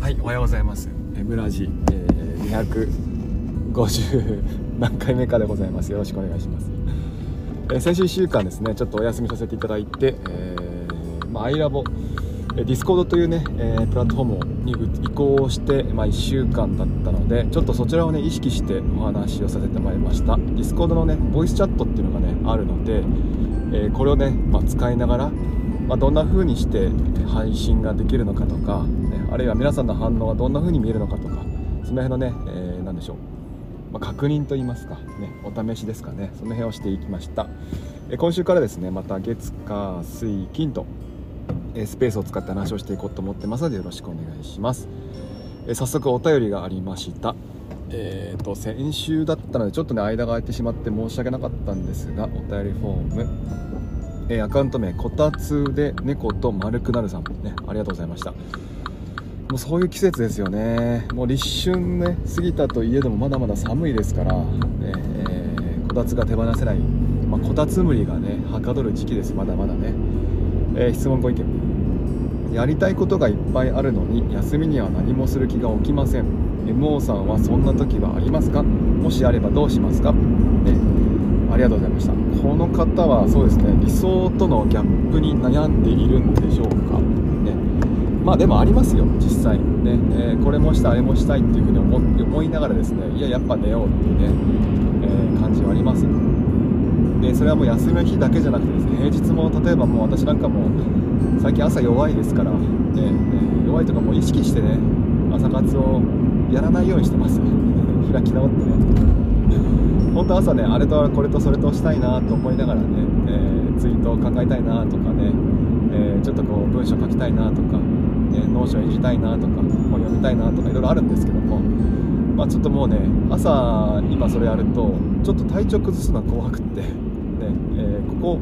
はい、おはようございます。村ジ、250何回目かでございます。よろしくお願いします。先週1週間ですね、ちょっとお休みさせていただいて、アイラボ、ディスコードというね、プラットフォームに移行して、1週間だったので、ちょっとそちらをね意識してお話をさせてまいりました。ディスコードのねボイスチャットっていうのがねあるので、これをね、使いながら、どんな風にして配信ができるのかとか、あるいは皆さんの反応がどんな風に見えるのかとか、その辺のね、何でしょう、確認といいますか、お試しですかね、その辺をしていきました。今週からですね、また月火水金とスペースを使って話をしていこうと思ってますので、よろしくお願いします。早速お便りがありました。先週だったのでちょっとね間が空いてしまって申し訳なかったんですが、お便りフォーム、アカウント名こたつで猫と丸くなるさん、ありがとうございました。もうそういう季節ですよね。もう立春ね過ぎたといえどもまだまだ寒いですから、こたつが手放せない、こたつむりがねはかどる時期です。まだまだね。質問ご意見。やりたいことがいっぱいあるのに休みには何もする気が起きません。 MO さんはそんな時はありますか？もしあればどうしますか？ありがとうございました。この方はそうですね、理想とのギャップに悩んでいるんでしょうかね。でもありますよ実際ね、これもしたいあれもしたいっていうふうに思いながらですね、やっぱ寝ようっていうね、感じはあります。でそれはもう休みの日だけじゃなくてですね、平日も例えばもう私なんかも最近朝弱いですから、弱いとかもう意識してね朝活をやらないようにしてます開き直ってね、本当朝ねあれとこれとそれとしたいなと思いながらね、ツイートを考えたいなとかね、ちょっとこう文章書きたいなとか、ノーションいじたいなとか本読みたいなとかいろいろあるんですけども、ちょっともうね朝今それやるとちょっと体調崩すのは怖くってね、ここ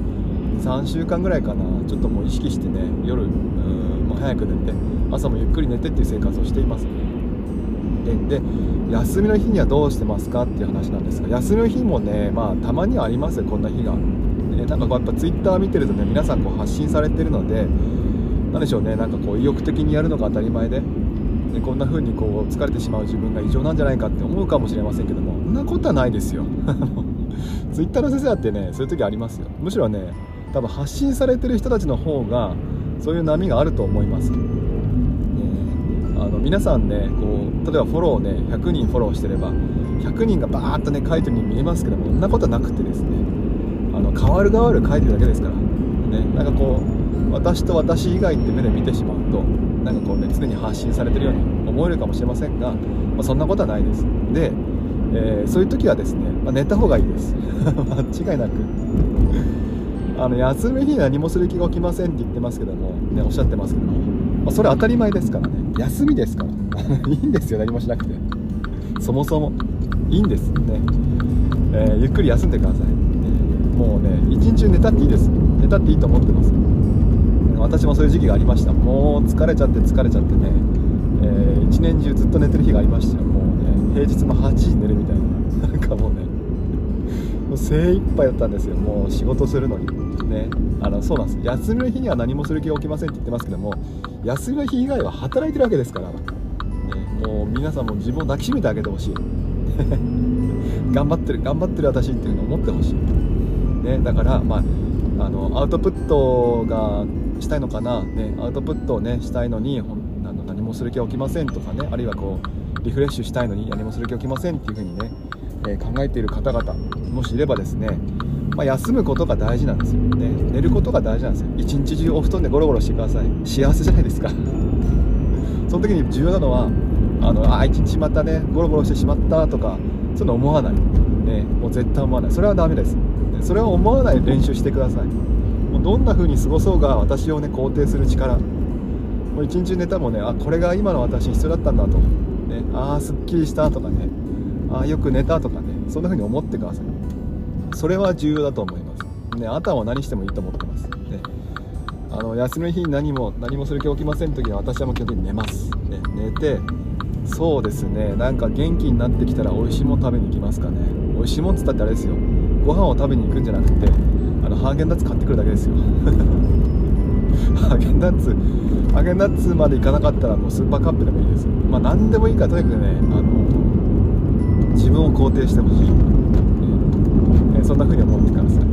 3週間ぐらいかな、ちょっともう意識してね夜もう早く寝て朝もゆっくり寝てっていう生活をしています。で休みの日にはどうしてますかっていう話なんですが、休みの日もねたまにはありますよ、こんな日が。なんかこうやっぱツイッター見てるとね皆さんこう発信されてるので、なんでしょうね、なんかこう意欲的にやるのが当たり前で、こんな風にこう疲れてしまう自分が異常なんじゃないかって思うかもしれませんけども、そんなことはないですよツイッターの先生だってねそういう時ありますよ。むしろね多分発信されてる人たちの方がそういう波があると思います。皆さんねこう例えばフォローね100人フォローしてれば100人がバーッとね書いてるように見えますけども、そんなことはなくてですね、変わる変わる書いてるだけですからね。なんかこう私と私以外って目で見てしまうとなんかこうね常に発信されてるように思えるかもしれませんが、そんなことはないです。で、そういう時はですね、寝た方がいいです間違いなく休みの日に何もする気が起きませんって言ってますけども、おっしゃってますけども、それ当たり前ですからね。休みですからいいんですよ、何もしなくて。そもそもいいんですね、ゆっくり休んでください。もうね一日中寝たっていいです。寝たっていいと思ってます。私もそういう時期がありました。もう疲れちゃってね、一年中ずっと寝てる日がありましたよ。もうね平日の8時に寝るみたいな、なんかもうねもう精一杯だったんですよ、もう仕事するのにね。そうなんです、休みの日には何もする気が起きませんって言ってますけども、休みの日以外は働いてるわけですから、もう皆さんも自分を抱きしめてあげてほしい頑張ってる私っていうのを思ってほしい、だからアウトプットがしたいのかな、アウトプットをねしたいのに何もする気が起きませんとかね、あるいはこうリフレッシュしたいのに何もする気が起きませんっていう風にね、考えている方々もしいればですね、休むことが大事なんですよね。寝ることが大事なんですよ。一日中お布団でゴロゴロしてください。幸せじゃないですかその時に重要なのは一日またねゴロゴロしてしまったとかそういうの思わない、もう絶対思わない。それはダメです。それは思わない練習してください。もうどんな風に過ごそうが私をね肯定する力、もう一日寝たもね、これが今の私に必要だったんだと、すっきりしたとかね、よく寝たとかね、そんな風に思ってください。それは重要だと思います、あなたは何してもいいと思ってます、休みの日に何もする気が起きませんときは私はもう基本的に寝ます、寝て、そうですね、なんか元気になってきたら美味しいもの食べに行きますかね。美味しいものっつったってあれですよ、ご飯を食べに行くんじゃなくてハーゲンダッツ買ってくるだけですよハーゲンダッツハーゲンダッツまで行かなかったらもうスーパーカップでもいいです。何でもいいからとにかくね、自分を肯定してほしい、そんな風に思ってください。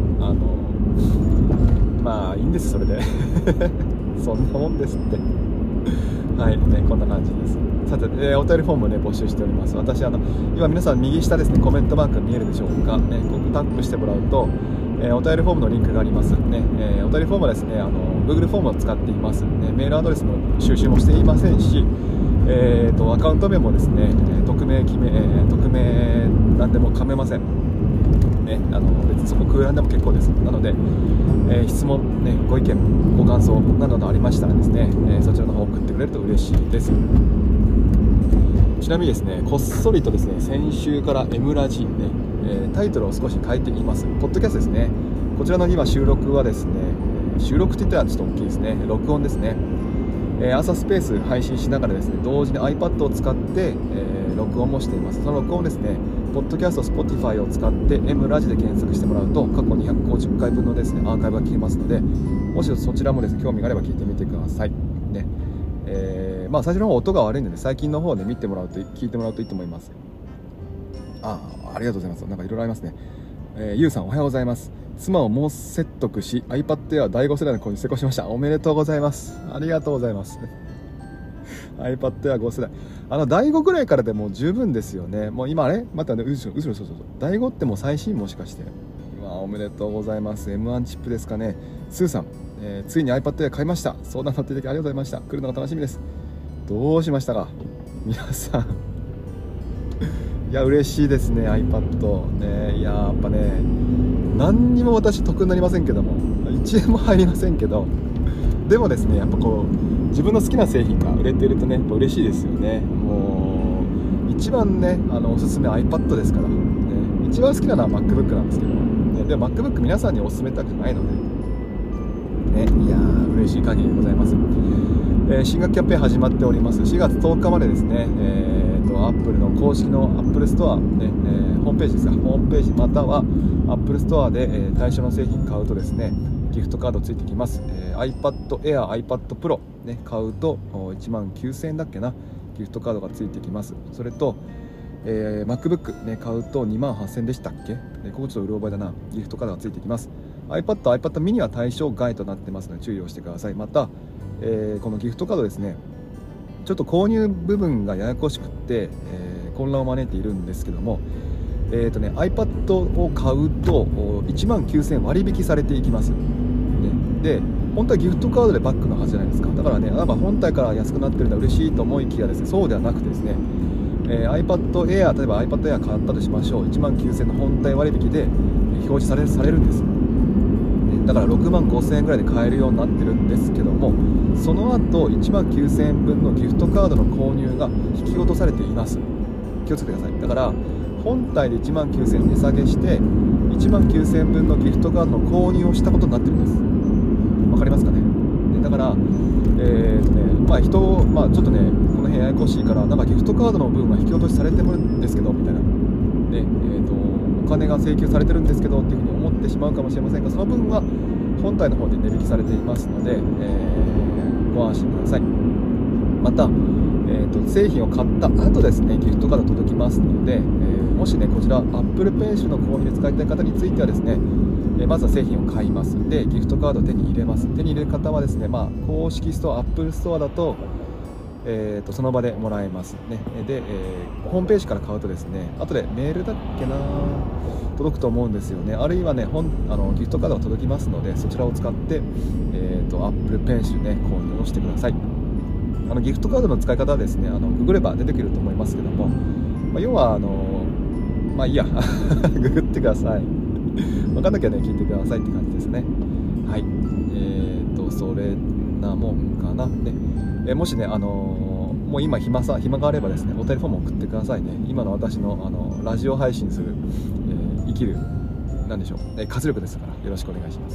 いいんです、それでそんなもんですってはいね、こんな感じです。さて、お便りフォームをね募集しております。私今皆さん右下ですね、コメントマークが見えるでしょうかね。ここタップしてもらうと、お便りフォームのリンクがありますね。お便りフォームはですね、Google フォームを使っていますね。メールアドレスの収集もしていませんし、アカウント名もですね、匿名なんでも構めませんね。別にそこ空欄でも結構です。なので、質問ね、ご意見ご感想などありましたらですね、そちらの方送ってくれると嬉しいです。ちなみにですね、こっそりとですね、先週から M ラジね、タイトルを少し変えています。ポッドキャストですね。こちらの今収録はですね、収録って言ったらちょっと大きいですね。録音ですね。朝スペース配信しながらですね、同時に iPad を使って、録音もしています。その録音ですね、ポッドキャスト Spotify を使って M ラジで検索してもらうと過去250回分のですねアーカイブが聞けますので、もしそちらもですね興味があれば聞いてみてくださいね。最初の方音が悪いので最近の方で聞いてもらうといいと思います。ありがとうございます。なんかいろいろありますね。ゆうさんおはようございます。妻をもう説得し iPad Air 第5世代の購入成功しました。おめでとうございます。ありがとうございます。iPad Air 5世代、第5ぐらいからでも十分ですよね。もう今またね、そう第5ってもう最新もしかして。おめでとうございます。 M1 チップですかね。スーさん、ついに iPad Air 買いました。相談乗っていただきありがとうございました。来るのが楽しみです。どうしましたか皆さんいや嬉しいですね iPad ね。やっぱね、何にも私得になりませんけども、1円も入りませんけど、でもですね、やっぱこう自分の好きな製品が売れてるとね、やっぱ嬉しいですよね。もう一番ね、おすすめ iPad ですから、ね、一番好きなのは MacBook なんですけど、ね、でも MacBook 皆さんにお勧めたくないので、ね、いやー嬉しい限りでございます。新学キャンペーン始まっております。4月10日までですね、Apple の公式の Apple Store、ねホームページですが、ホームページまたは Apple Store で、対象の製品買うとですね、ギフトカードついてきます。iPad Air、iPad Pro、ね、買うと19,000円だっけな、ギフトカードがついてきます。それと、MacBook、ね、買うと28,000円でしたっけ、ここちょっとうろ覚えだな、ギフトカードがついてきます。iPad、iPad mini は対象外となってますので注意をしてください。また、このギフトカードですね、ちょっと購入部分がややこしくって、混乱を招いているんですけども、iPad を買うと19,000円割引されていきます、ね、で本当はギフトカードでバックのはずじゃないですか。だからね、本体から安くなってるのは嬉しいと思いきやですね、そうではなくてですね、iPad Air、例えば iPad Air 買ったとしましょう。19,000円の本体割引で表示されるんです。だから65,000円ぐらいで買えるようになってるんですけども、その後19,000円分のギフトカードの購入が引き落とされています。気をつけてください。だから本体で19,000円値下げして19,000円分のギフトカードの購入をしたことになってるんです。わかりますかね。だからちょっとねこの辺ややこしいから、なんかギフトカードの分は引き落としされてるんですけどみたいな、お金が請求されてるんですけどっていうふうに思ってしまうかもしれませんが、その分は本体の方で値引きされていますので、ご安心ください。また、製品を買った後ですね、ギフトカード届きますので、もしねこちら Apple Pay の購入で使いたい方についてはですね、まずは製品を買います。でギフトカードを手に入れます。手に入れる方はですね、公式ストア Apple ストアだとその場でもらえますね。で、ホームページから買うとですね、後でメールだっけな届くと思うんですよね。あるいはねギフトカードが届きますので、そちらを使って、Apple Pay ね購入をしてください。ギフトカードの使い方はですね、ググれば出てくると思いますけども、要はいいやググってください。分かんなきゃね聞いてくださいって感じですね。はい、それなもんかなね。もしねもう今暇があればですね、お便りフォーム送ってくださいね。今の私のラジオ配信する、生きるなんでしょう、活力ですからよろしくお願いします。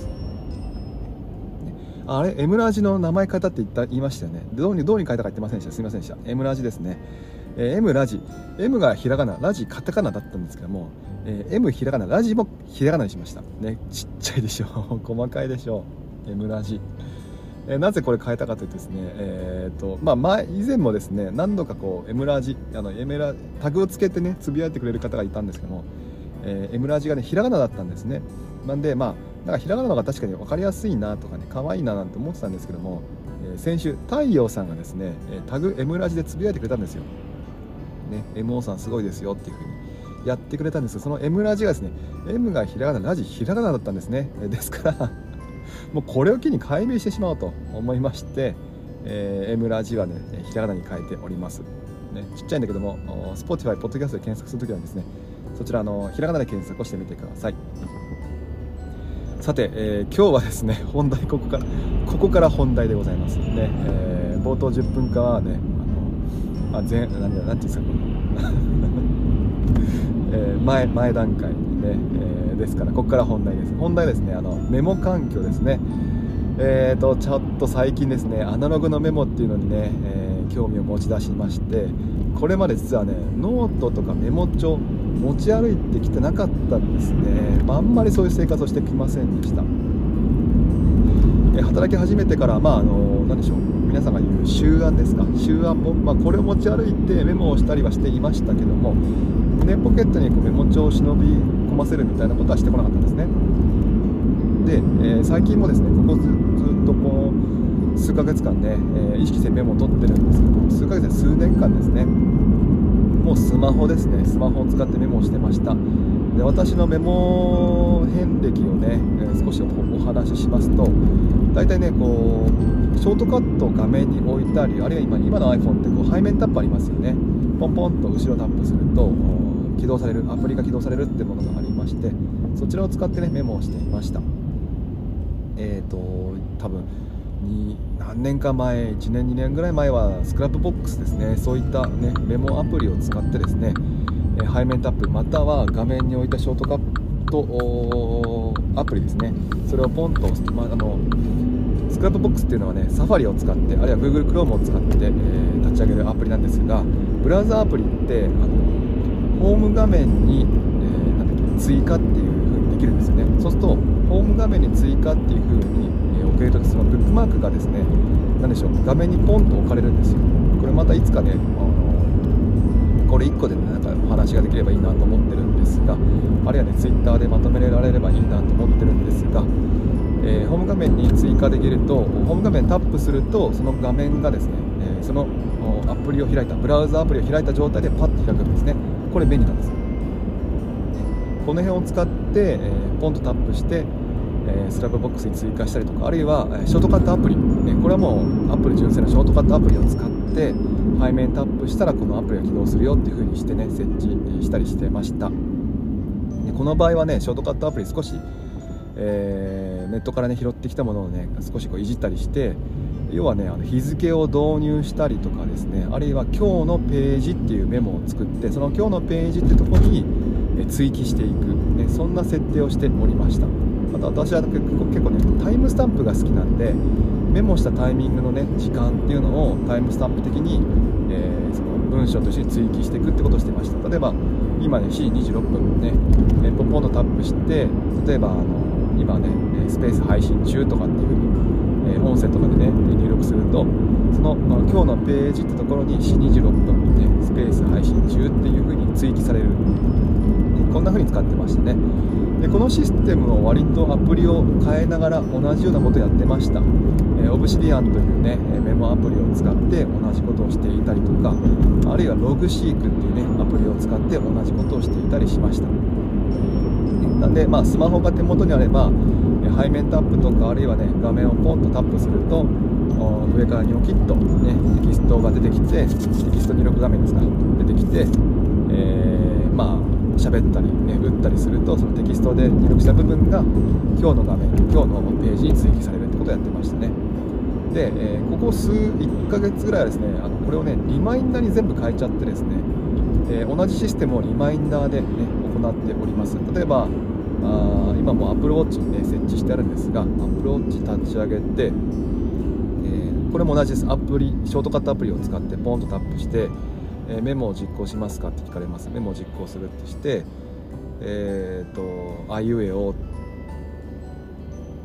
あれ M ラジの名前変えたって言いましたよね。どうに変えたか言ってませんでした。すみませんでした。 M ラジですね。M ラジ、 M がひらがな、ラジカタカナだったんですけども、M ひらがな、ラジもひらがなにしましたね。ちっちゃいでしょ細かいでしょ M ラジ。 なぜこれ変えたかというとですね、以前もですね何度かこう M ラジタグをつけてねつぶやいてくれる方がいたんですけども、M ラジがねひらがなだったんですね。なんでなんかひらがなの方が確かに分かりやすいなとかね可愛いななんて思ってたんですけども、先週太陽さんがですねタグ M ラジでつぶやいてくれたんですよ。ね、MO さんすごいですよっていう風にやってくれたんですが、その M ラジがですね M がひらがなラジひらがなだったんですね。ですからもうこれを機に解明してしまおうと思いまして、M ラジはねひらがなに変えております、ね、ちっちゃいんだけども Spotify ポッドキャストで検索するときはですねそちらひらがなで検索をしてみてください。さて、今日はですね本題ここから本題でございますね。冒頭10分間はねなんていうんですか前段階ね、ですからここから本題です。本題ですねメモ環境ですね。ちょっと最近ですねアナログのメモっていうのにね、興味を持ち出しまして、これまで実はねノートとかメモ帳持ち歩いてきてなかったんですね。あんまりそういう生活をしてきませんでした。働き始めてから何でしょう、皆さんが言う集案ですか、集案本、これを持ち歩いてメモをしたりはしていましたけども、胸ポケットにメモ帳を忍び込ませるみたいなことはしてこなかったんですね。で、最近もですねここずっとこう数ヶ月間ね、意識してメモを取ってるんですけども、数ヶ月で数年間ですねもうスマホですね、スマホを使ってメモをしてました。で、私のメモ遍歴をね、少しお話ししますと、大体ねこうショートカットを画面に置いたり、あるいは今の iPhone ってこう背面タップありますよね。ポンポンと後ろタップすると起動される、アプリが起動されるってものがありまして、そちらを使ってねメモをしていました。多分何年か前、1年2年ぐらい前はスクラップボックスですね、そういった、ね、メモアプリを使ってですね、背面タップまたは画面に置いたショートカットアプリですね、それをポンと押すと、スクラップボックスっていうのはねサファリを使って、あるいは Google Chrome を使って、立ち上げるアプリなんですが、ブラウザアプリってホーム画面に、追加っていう風にできるんですよね。そうするとホーム画面に追加っていう風に置けると、そのブックマークがですね何でしょう、画面にポンと置かれるんですよ。これまたいつかねこれ1個でねなんかお話ができればいいなと思ってるんですが、あるいはね Twitter でまとめられればいいなと思ってるんですが、ホーム画面に追加できると、ホーム画面タップするとその画面がですね、そのアプリを開いた、ブラウザアプリを開いた状態でパッと開くんですね。これ便利なんですよ。この辺を使って、ポンとタップして、スクラップボックスに追加したりとか、あるいはショートカットアプリ、これはもう Apple 純正のショートカットアプリを使って背面タップしたらこのアプリが起動するよっていう風にしてね設置したりしてました。でこの場合はねショートカットアプリ少し、ネットからね拾ってきたものをね少しこういじったりして、要はね日付を導入したりとかですね、あるいは今日のページっていうメモを作って、その今日のページってところに追記していく、そんな設定をしておりました。また私は結構ねタイムスタンプが好きなんで、メモしたタイミングのね時間っていうのをタイムスタンプ的に、その文章と一緒に追記していくってことをしてました。例えば今ね7時26分ね、ポンポンとタップして、例えば今ねスペース配信中とかっていう風に、音声とかでね入力すると、その、今日のページってところに7時26分ねスペース配信中っていう風に追記される、こんな風に使ってましたね。でこのシステムを割とアプリを変えながら同じようなことをやってました。オブシディアンというねメモアプリを使って同じことをしていたりとか、あるいはログシークっていうねアプリを使って同じことをしていたりしました。なんでスマホが手元にあれば背面タップとか、あるいはね画面をポンとタップすると上からニョキッとねテキストが出てきて、テキスト入力画面ですか出てきて、喋ったりね打ったりすると、そのテキストで入力した部分が今日の画面、今日のページに追記されるってことをやってましたね。で、ここ1ヶ月ぐらいはですねこれをねリマインダーに全部変えちゃってですね、同じシステムをリマインダーで、ね、行っております。例えば今も Apple Watch にね設置してあるんですが、 Apple Watch 立ち上げて、これも同じです。ショートカットアプリを使ってポンとタップして、メモを実行しますかって聞かれます。メモを実行するってして、あいうえお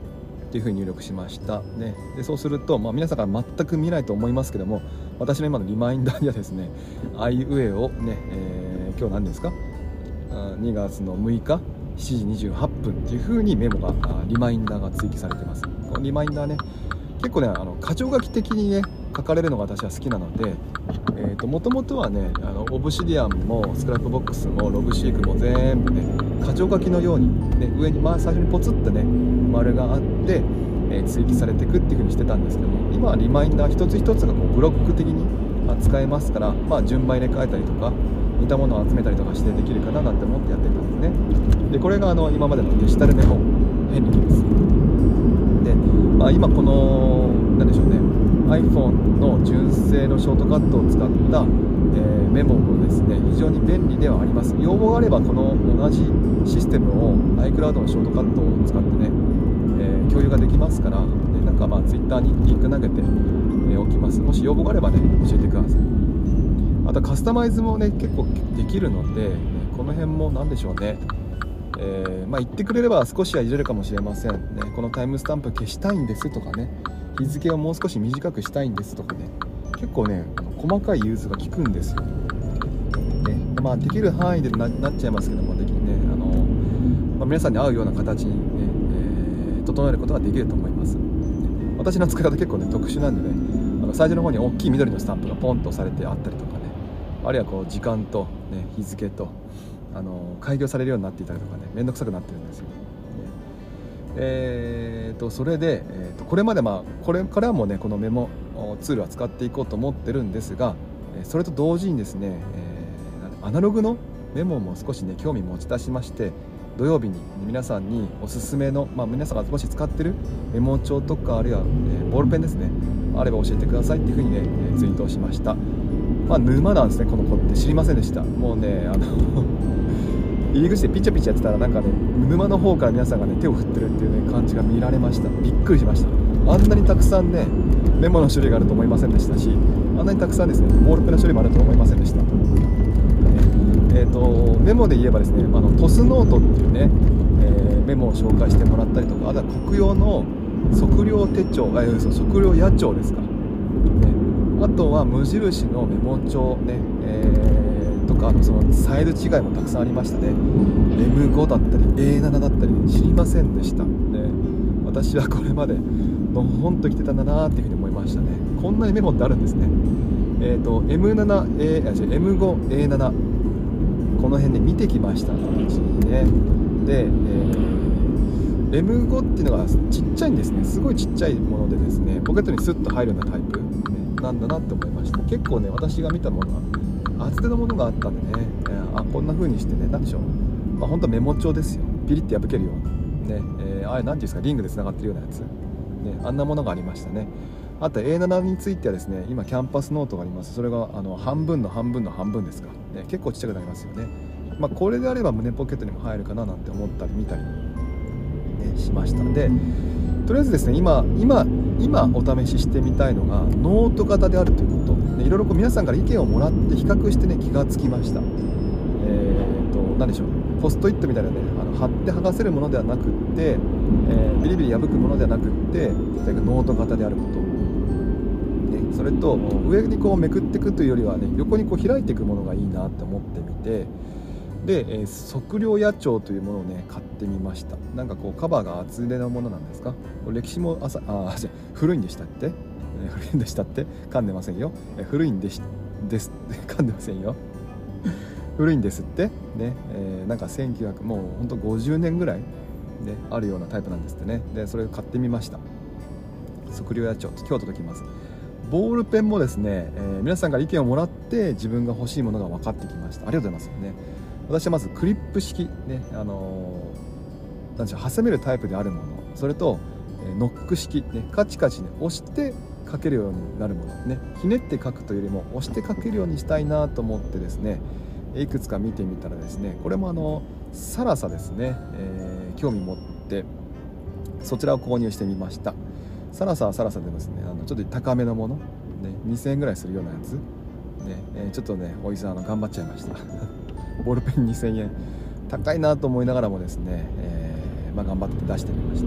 っていうふうに入力しました、ね、でそうすると、皆さんが全く見ないと思いますけども、私の今のリマインダーにはですね、あいうえをね、今日何ですか、2月の6日7時28分っていう風にメモがリマインダーが追記されてます。このリマインダーね、結構ね箇条書き的にね書かれるのが私は好きなので、もともとはねオブシディアンもスクラップボックスもログシークも全部ね箇条書きのように、ね、上に最初にポツってね丸があって、追記されていくっていう風にしてたんですけども、今はリマインダー一つ一つがこうブロック的に扱えますから、順番入れ替えたりとか似たものを集めたりとかしてできるかななんて思ってやってたんですね。でこれが今までのデジタルメモ遍歴です。で、今この何でしょうね、 iPhone の純正のショートカットを使った、メモもですね非常に便利ではあります。要望があればこの同じシステムを iCloud のショートカットを使ってね、共有ができますから、なんかTwitter にリンク投げて、おきます。もし要望があればね教えてください。あとカスタマイズもね結構できるので、この辺も何でしょうね、言ってくれれば少しはいじれるかもしれませんね。このタイムスタンプ消したいんですとかね、日付をもう少し短くしたいんですとかね、結構ね細かい融通が効くんですよ、ね。できる範囲で なっちゃいますけども、できね皆さんに合うような形に、ね整えることができると思います。私の使い方結構ね特殊なんでね、最初の方に大きい緑のスタンプがポンと押されてあったりとかね、あるいはこう時間と、ね、日付と開業されるようになっていたりとかね、めんどくさくなってるんですよ、それで、これまでこれからもねこのメモツールは使っていこうと思ってるんですが、それと同時にですね、アナログのメモも少しね興味持ち出しまして、土曜日に皆さんにおすすめの、皆さんがもし使ってるメモ帳とか、あるいは、ボールペンですねあれば教えてくださいっていうふうにねツイートをしました。沼なんですねこの子って。知りませんでした。もうね入り口でピチャピチャやってたらなんかね沼の方から皆さんがね手を振ってるっていうね感じが見られました。びっくりしました。あんなにたくさんねメモの種類があると思いませんでしたし、あんなにたくさんですねボールペンの種類もあると思いませんでした。メモで言えばですねトスノートっていうね、メモを紹介してもらったりとか、あとは国用の測量手帳、測量野帳ですか、ね、あとは無印のメモ帳ね、とかそのサイズ違いもたくさんありましたね。 M5 だったり A7 だったり知りませんでした、ね、私はこれまでのほんと来てたんだなっていうふうに思いましたね。こんなにメモってあるんですね。M5A7 この辺で見てきました後にね。で、M5 っていうのがちっちゃいんですね。すごいちっちゃいものでですね、ポケットにスッと入るようなタイプ、なんだなって思いました。結構ね私が見たものは厚手のものがあったんでね、こんな風にしてね、なんでしょう、本当はメモ帳ですよ。ピリッて破けるようなね、あれ何ていうんですか、リングでつながってるようなやつ、ね、あんなものがありましたね。あと A7 についてはですね、今キャンパスノートがあります。それが半分の半分の半分ですか、ね、結構ちっちゃくなりますよね。これであれば胸ポケットにも入るかななんて思ったり見たり、ね、しましたので、とりあえずですね今お試ししてみたいのがノート型であるということ、ね、いろいろ皆さんから意見をもらって比較してね気がつきました。何でしょう、ポストイットみたいなね貼って剥がせるものではなくって、ビリビリ破くものではなくって、ノート型であること、それと上にこうめくっていくというよりはね、横にこう開いていくものがいいなって思ってみて、で、測量野帳というものをね買ってみました。なんかこうカバーが厚手のものなんですか。歴史も古いんでしたって、古いんでしたって噛んでませんよ。古いんです噛んでませんよ。古いんですってね、なんか1900もうほんと50年ぐらい、ね、あるようなタイプなんですってね。でそれを買ってみました。測量野帳、今日届きます。ボールペンもですね、皆さんから意見をもらって自分が欲しいものが分かってきました。ありがとうございますね。私はまずクリップ式ね、なんでしょう、挟めるタイプであるもの、それと、ノック式ね、カチカチね押して書けるようになるものね、ひねって書くというよりも押して書けるようにしたいなと思ってですね、いくつか見てみたらですね、これもサラサですね、興味持ってそちらを購入してみました。サラサはサラサでですね、ちょっと高めのもの、ね、2000円ぐらいするようなやつ、ね、ちょっとねおじさん頑張っちゃいましたボールペン2000円高いなと思いながらもですね、 頑張って出してみました。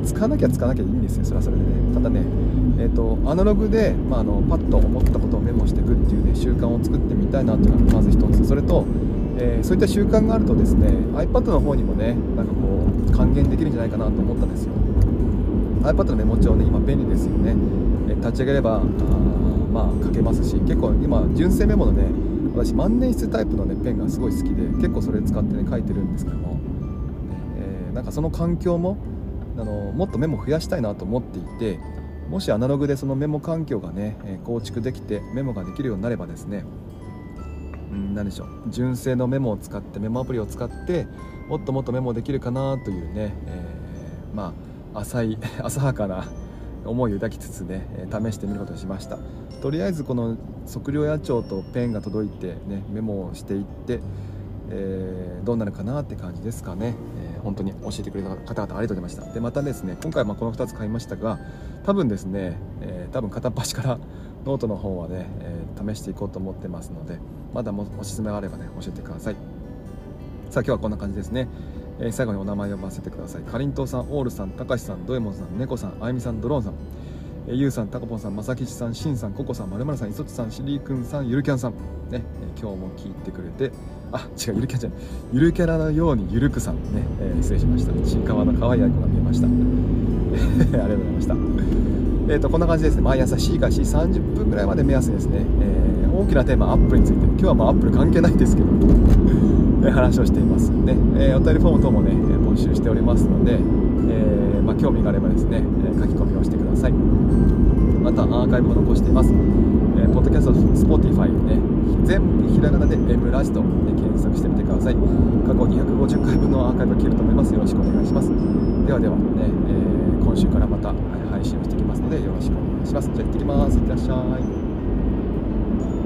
使わなきゃいいんですよ、それはそれでね。ただね、アナログで、パッと思ったことをメモしていくっていうね習慣を作ってみたいなというのがまず一つ。それと、そういった習慣があるとですね iPad の方にもね還元できるんじゃないかなと思ったんですよ。 iPad のメモ帳ね、今便利ですよね。立ち上げれば書けますし、結構今純正メモのね、私万年筆タイプのねペンがすごい好きで、結構それ使ってね書いてるんですけども、その環境ももっとメモ増やしたいなと思っていて、もしアナログでそのメモ環境がね構築できてメモができるようになればですね、何でしょう、純正のメモを使ってメモアプリを使ってもっともっとメモできるかなというね、浅はかな思いを抱きつつね試してみることにしました。とりあえずこの測量野帳とペンが届いてねメモをしていって、どうなるかなって感じですかね。本当に教えてくれた方々ありがとうございました。でまたですね、今回この2つ買いましたが、多分ですね、片っ端からノートの方はね、試していこうと思ってますので、まだもおすすめがあればね教えてください。さあ今日はこんな感じですね。最後にお名前を呼ばせてください。かりんとうさん、オールさん、たかしさん、ドエモンさん、ねこさん、あゆみさん、ドローンさん、ゆうさん、たかぽんさん、まさきちさん、しんさん、ここさん、まるまるさん、いそつさん、しりくんさん、ゆるキャンさん、ね、今日も聞いてくれて、違う、ゆるキャンじゃない、ゆるキャラのようにゆるくさんね、失礼しました。ちいかわの可愛いアイコンが見えました。ありがとうございました。こんな感じですね。毎朝 C から C30 分ぐらいまで目安ですね。大きなテーマアップルについて、今日はアップル関係ないですけど話をしていますね。お便りフォーム等もね募集しておりますので、興味があればですね書き込みをしてください。またアーカイブを残しています。ポッドキャスト、Spotify ね、全部ひらがなで M ラジと、検索してみてください。過去250回分のアーカイブが聞けると思います。よろしくお願いします。ではね、今週からまた配信をしていきますのでよろしくお願いします。じゃあ行ってきます。いってらっしゃい。